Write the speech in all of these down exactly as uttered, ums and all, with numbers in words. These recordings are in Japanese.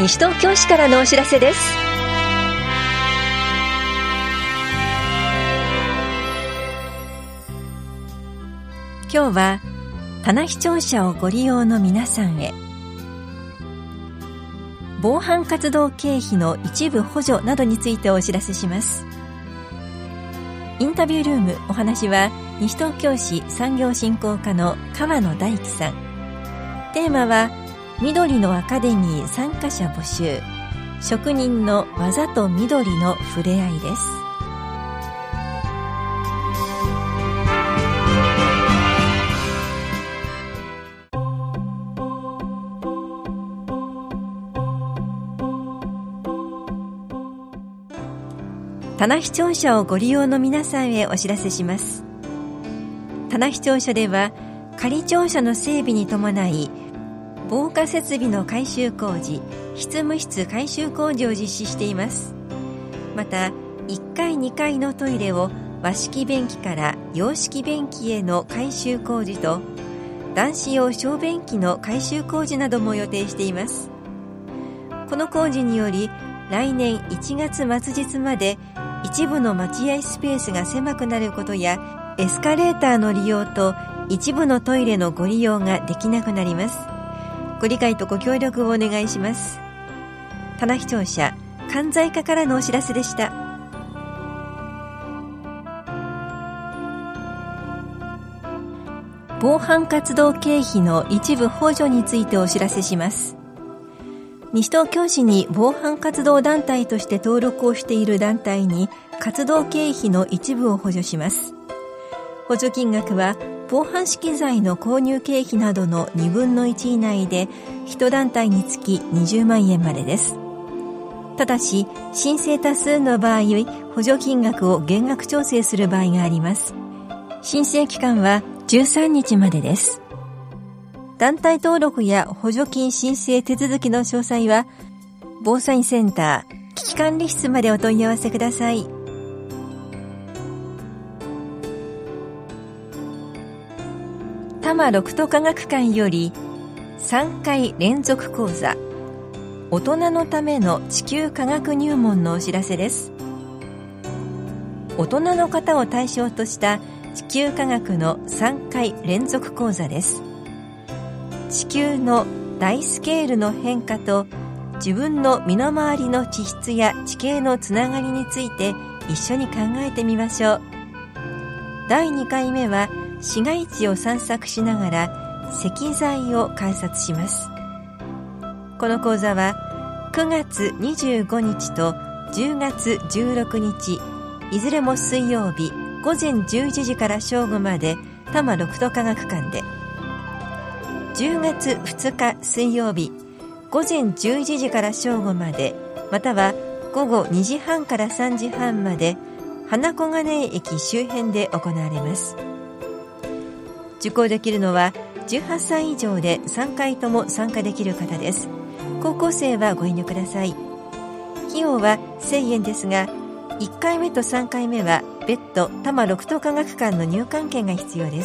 西東京市からのお知らせです。今日は棚視聴者をご利用の皆さんへ、防犯活動経費の一部補助などについてお知らせします。インタビュールーム、お話は西東京市産業振興課の川野大樹さん。テーマは緑のアカデミー参加者募集、職人の技と緑の触れ合いです。棚視聴者をご利用の皆さんへお知らせします。棚視聴者では仮庁舎の整備に伴い防火設備の改修工事、執務室改修工事を実施しています。またいっかいにかいのトイレを和式便器から洋式便器への改修工事と男子用小便器の改修工事なども予定しています。この工事により来年いちがつ末日まで一部の待合スペースが狭くなることやエスカレーターの利用と一部のトイレのご利用ができなくなります。ご理解とご協力をお願いします。棚視聴者関西課からのお知らせでした。防犯活動経費の一部補助についてお知らせします。西東京市に防犯活動団体として登録をしている団体に活動経費の一部を補助します。補助金額は防犯資機材の購入経費などのにぶんのいち以内でいち団体につきにじゅうまんえんまでです。ただし申請多数の場合補助金額を減額調整する場合があります。申請期間はじゅうさんにちまでです。団体登録や補助金申請手続きの詳細は防災センター危機管理室までお問い合わせください。多摩六都科学館よりさんかい連続講座、大人のための地球科学入門のお知らせです。大人の方を対象とした地球科学のさんかい連続講座です。地球の大スケールの変化と自分の身の回りの地質や地形のつながりについて一緒に考えてみましょう。だいにかいめは市街地を散策しながら石材を観察します。この講座はくがつにじゅうごにちとじゅうがつじゅうろくにち、いずれも水曜日ごぜんじゅういちじから正午まで多摩六都科学館で、じゅうがつふつか水曜日ごぜんじゅういちじから正午まで、またはごごにじはんからさんじはんまで花小金井駅周辺で行われます。受講できるのはじゅうはっさい以上でさんかいとも参加できる方です。高校生はご遠慮ください。費用はせんえんですが、いっかいめとさんかいめは別途多摩六都科学館の入館券が必要です。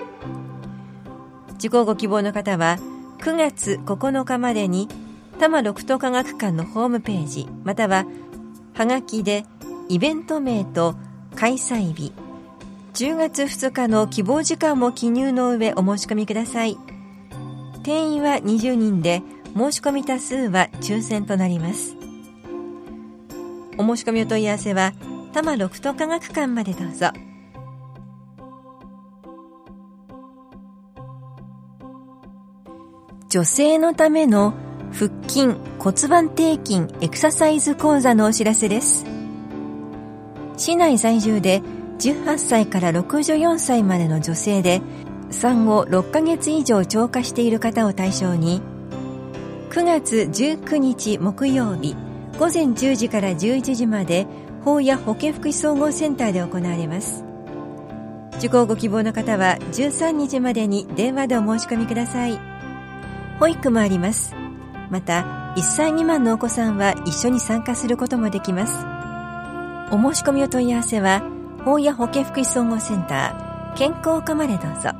受講ご希望の方はくがつここのかまでに多摩六都科学館のホームページまたははがきでイベント名と開催日、じゅうがつふつかの希望時間も記入の上お申し込みください。定員はにじゅうにんで申し込み多数は抽選となります。お申し込みお問い合わせは多摩六都科学館までどうぞ。女性のための腹筋骨盤底筋エクササイズ講座のお知らせです。市内在住でじゅうはっさいからろくじゅうよんさいまでの女性で産後ろっかげつ以上超過している方を対象に、くがつじゅうくにち木曜日ごぜんじゅうじからじゅういちじまで法や保健福祉総合センターで行われます。受講ご希望の方はじゅうさんにちまでに電話でお申し込みください。保育もあります。またいっさいみまんのお子さんは一緒に参加することもできます。お申し込みお問い合わせは法や保健福祉総合センター健康課までどうぞ。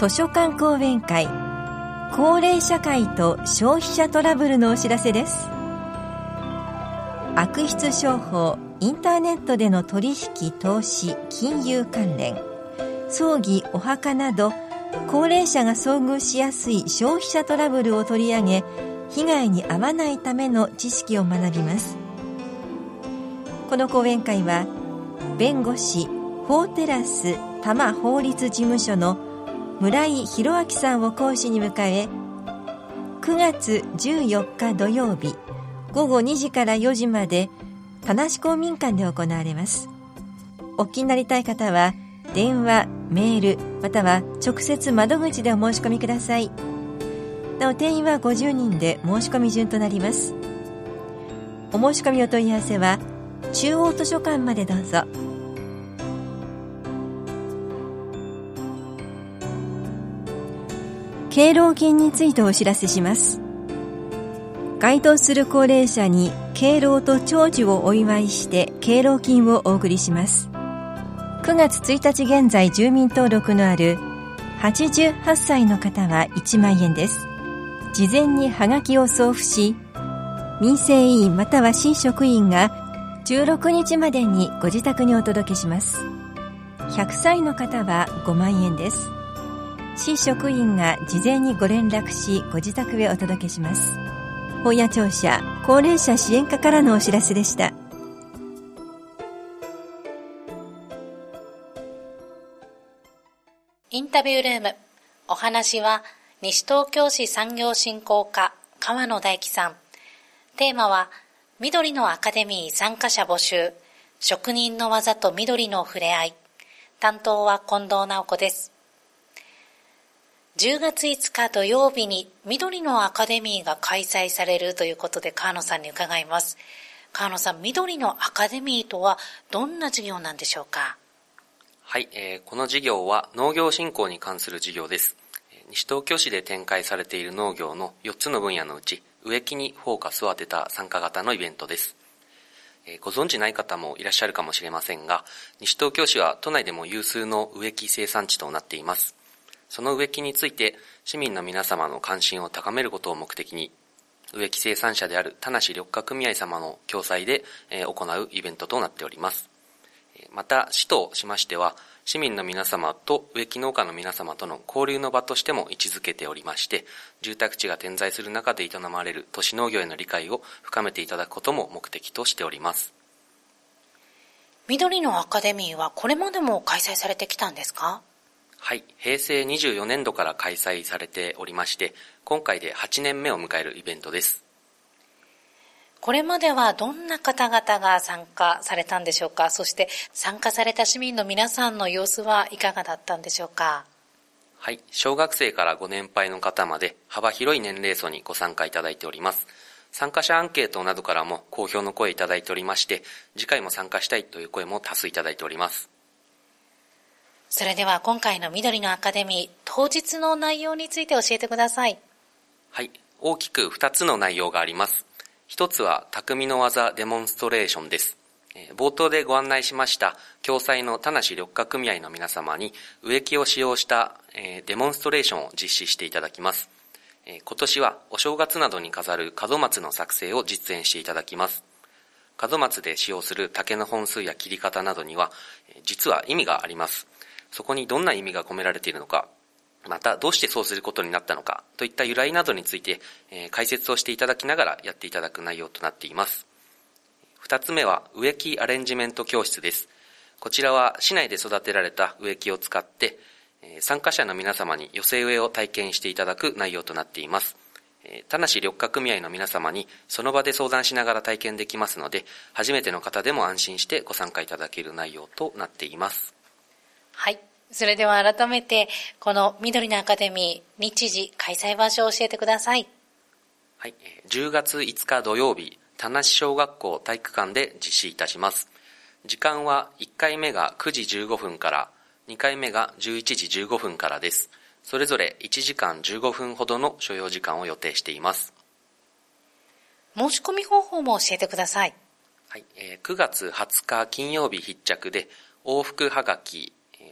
図書館講演会高齢社会と消費者トラブルのお知らせです。悪質商法、インターネットでの取引、投資、金融関連、葬儀、お墓など高齢者が遭遇しやすい消費者トラブルを取り上げ、被害に遭わないための知識を学びます。この講演会は弁護士法テラス多摩法律事務所の村井弘明さんを講師に迎え、くがつじゅうよっか土曜日ごごにじからよじまで田無公民館で行われます。お聞きになりたい方は電話、メールまたは直接窓口でお申し込みください。なお定員はごじゅうにんで申し込み順となります。お申し込みお問い合わせは中央図書館までどうぞ。敬老金についてお知らせします。該当する高齢者に敬老と長寿をお祝いして敬老金をお送りします。くがつついたち現在住民登録のあるはちじゅうはっさいの方はいちまんえんです。事前にはがきを送付し、民生委員または市職員がじゅうろくにちまでにご自宅にお届けします。ひゃくさいの方はごまんえんです。市職員が事前にご連絡しご自宅へお届けします。本屋庁舎高齢者支援課からのお知らせでした。 インタビュールーム。お話は西東京市産業振興課川野大樹さん。テーマは緑のアカデミー参加者募集、職人の技と緑の触れ合い。担当は近藤直子です。じゅうがついつか土曜日に緑のアカデミーが開催されるということで川野さんに伺います。川野さん、緑のアカデミーとはどんな授業なんでしょうか？ はい、えー、この事業は農業振興に関する事業です。西東京市で展開されている農業のよっつの分野のうち、植木にフォーカスを当てた参加型のイベントです。えー、ご存知ない方もいらっしゃるかもしれませんが、西東京市は都内でも有数の植木生産地となっています。その植木について市民の皆様の関心を高めることを目的に、植木生産者である田無緑化組合様の共催で、えー、行うイベントとなっております。また市としましては、市民の皆様と植木農家の皆様との交流の場としても位置づけておりまして、住宅地が点在する中で営まれる都市農業への理解を深めていただくことも目的としております。 緑のアカデミーはこれまでも開催されてきたんですか？ はい、へいせいにじゅうよねんどから開催されておりまして、今回ではちねんめを迎えるイベントです。 これまではどんな方々が参加されたんでしょうか？そして参加された市民の皆さんの様子はいかがだったんでしょうか？ はい、小学生からご年配の方まで幅広い年齢層にご参加いただいております。参加者アンケートなどからも好評の声いただいておりまして、次回も参加したいという声も多数いただいております。 それでは今回の緑のアカデミー、当日の内容について教えてください。 はい、大きくふたつの内容があります。一つは匠の技デモンストレーションです。冒頭でご案内しました共催の田無緑化組合の皆様に植木を使用したデモンストレーションを実施していただきます。今年はお正月などに飾る門松の作成を実演していただきます。門松で使用する竹の本数や切り方などには実は意味があります。そこにどんな意味が込められているのか、またどうしてそうすることになったのかといった由来などについて、えー、解説をしていただきながらやっていただく内容となっています。二つ目は植木アレンジメント教室です。こちらは市内で育てられた植木を使って、えー、参加者の皆様に寄せ植えを体験していただく内容となっています。えー、田無緑化組合の皆様にその場で相談しながら体験できますので、初めての方でも安心してご参加いただける内容となっています。 はい。それでは改めて、この緑のアカデミー、日時、開催場所を教えてください。 はい。じゅうがついつか土曜日、田無小学校体育館で実施いたします。時間はいっかいめがくじじゅうごふんから、にかいめがじゅういちじじゅうごふんからです。それぞれいちじかんじゅうごふんほどの所要時間を予定しています。 申し込み方法も教えてください。 はい。くがつはつか金曜日必着で、往復はがき、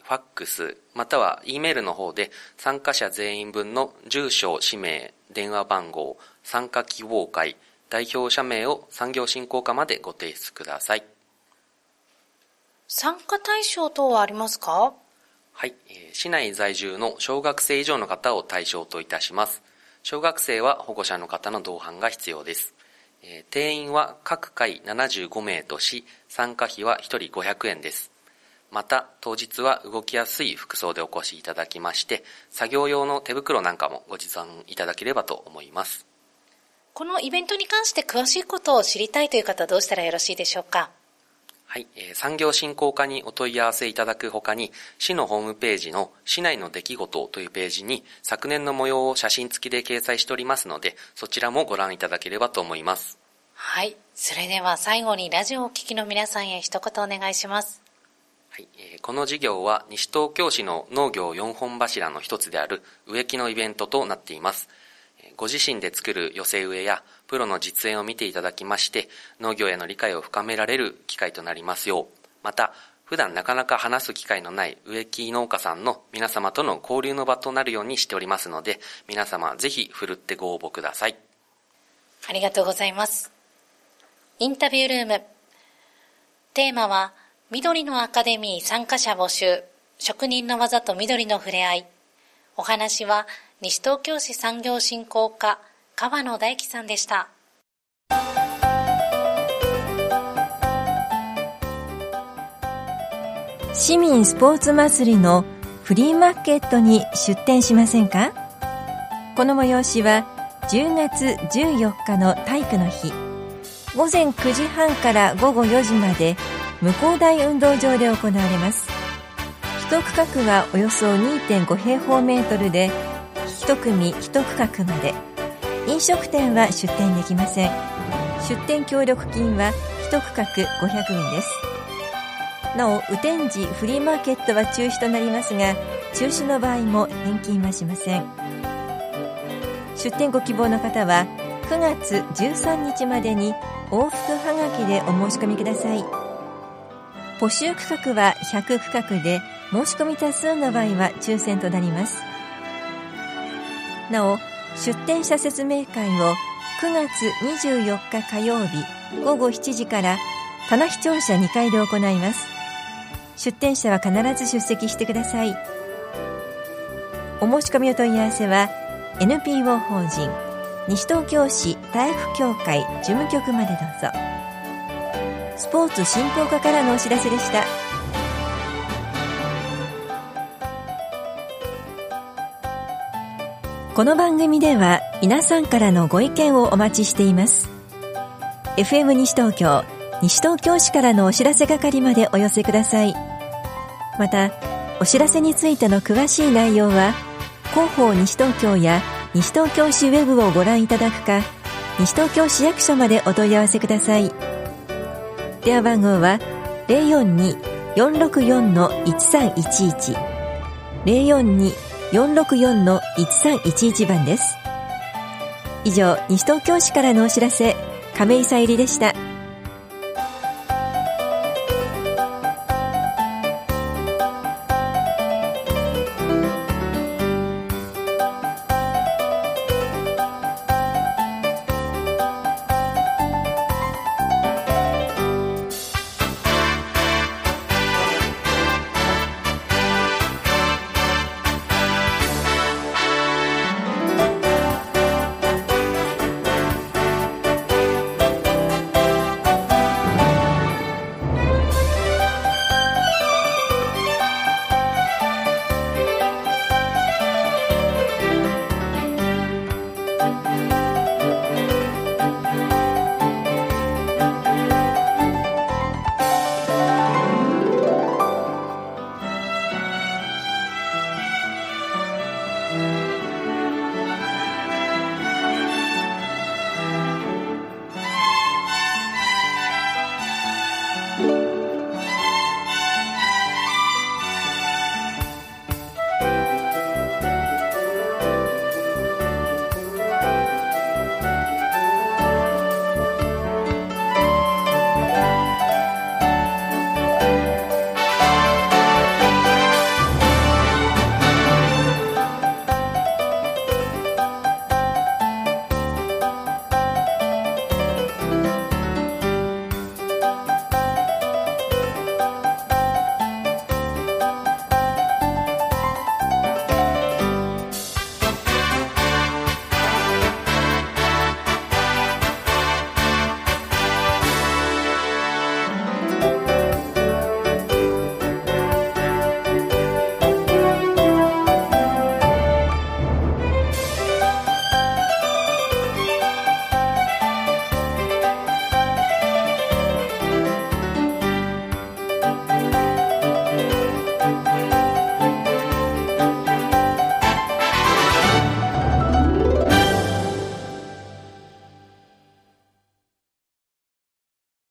ファックス、または E メールの方で参加者全員分の住所、氏名、電話番号、参加希望会、代表者名を産業振興課までご提出ください。 参加対象等はありますか？ はい、えー、市内在住の小学生以上の方を対象といたします。小学生は保護者の方の同伴が必要です。えー、定員は各回ななじゅうごめいとし、参加費はひとりごひゃくえんです。また、当日は動きやすい服装でお越しいただきまして、作業用の手袋なんかもご持参いただければと思います。 このイベントに関して詳しいことを知りたいという方はどうしたらよろしいでしょうか？ はい、えー、産業振興課にお問い合わせいただくほかに、市のホームページの市内の出来事というページに昨年の模様を写真付きで掲載しておりますので、そちらもご覧いただければと思います。 はい、それでは最後にラジオをお聞きの皆さんへ一言お願いします。 はい、えー、この事業は西東京市の農業よんほん柱の一つである植木のイベントとなっています。ご自身で作る寄せ植えやプロの実演を見ていただきまして、農業への理解を深められる機会となりますよう、また普段なかなか話す機会のない植木農家さんの皆様との交流の場となるようにしておりますので、皆様ぜひふるってご応募ください。 ありがとうございます。インタビュールーム、テーマは緑のアカデミー参加者募集、職人の技と緑の触れ合い。お話は西東京市産業振興課川野大樹さんでした。 市民スポーツ祭りのフリーマーケットに出店しませんか？この催しはじゅうがつじゅうよっかの体育の日、ごぜんくじはんからごごよじまで向台運動場で行われます。一区画はおよそ にてんごへいほうメートルで、一組一区画まで。飲食店は出店できません。出店協力金は一区画ごひゃくえんです。なお、雨天時フリーマーケットは中止となりますが、中止の場合も返金はしません。出店ご希望の方はくがつじゅうさんにちまでに往復はがきでお申し込みください。募集区画はひゃくくかくで、申し込み多数の場合は抽選となります。なお、出店者説明会をくがつにじゅうよっか火曜日ごごしちじから棚視聴者にかいで行います。出店者は必ず出席してください。お申し込みお問い合わせは エヌピーオー 法人西東京市体育協会事務局までどうぞ。スポーツ振興課からのお知らせでした。この番組では皆さんからのご意見をお待ちしています。 エフエム 西東京西東京市からのお知らせ係までお寄せください。またお知らせについての詳しい内容は広報西東京や西東京市ウェブをご覧いただくか、西東京市役所までお問い合わせください。電話番号は ゼロよんに よんろくよん いちさんいちいち ゼロよんに よんろくよん いちさんいちいち番です。以上、西東京市からのお知らせ、亀井さゆりでした。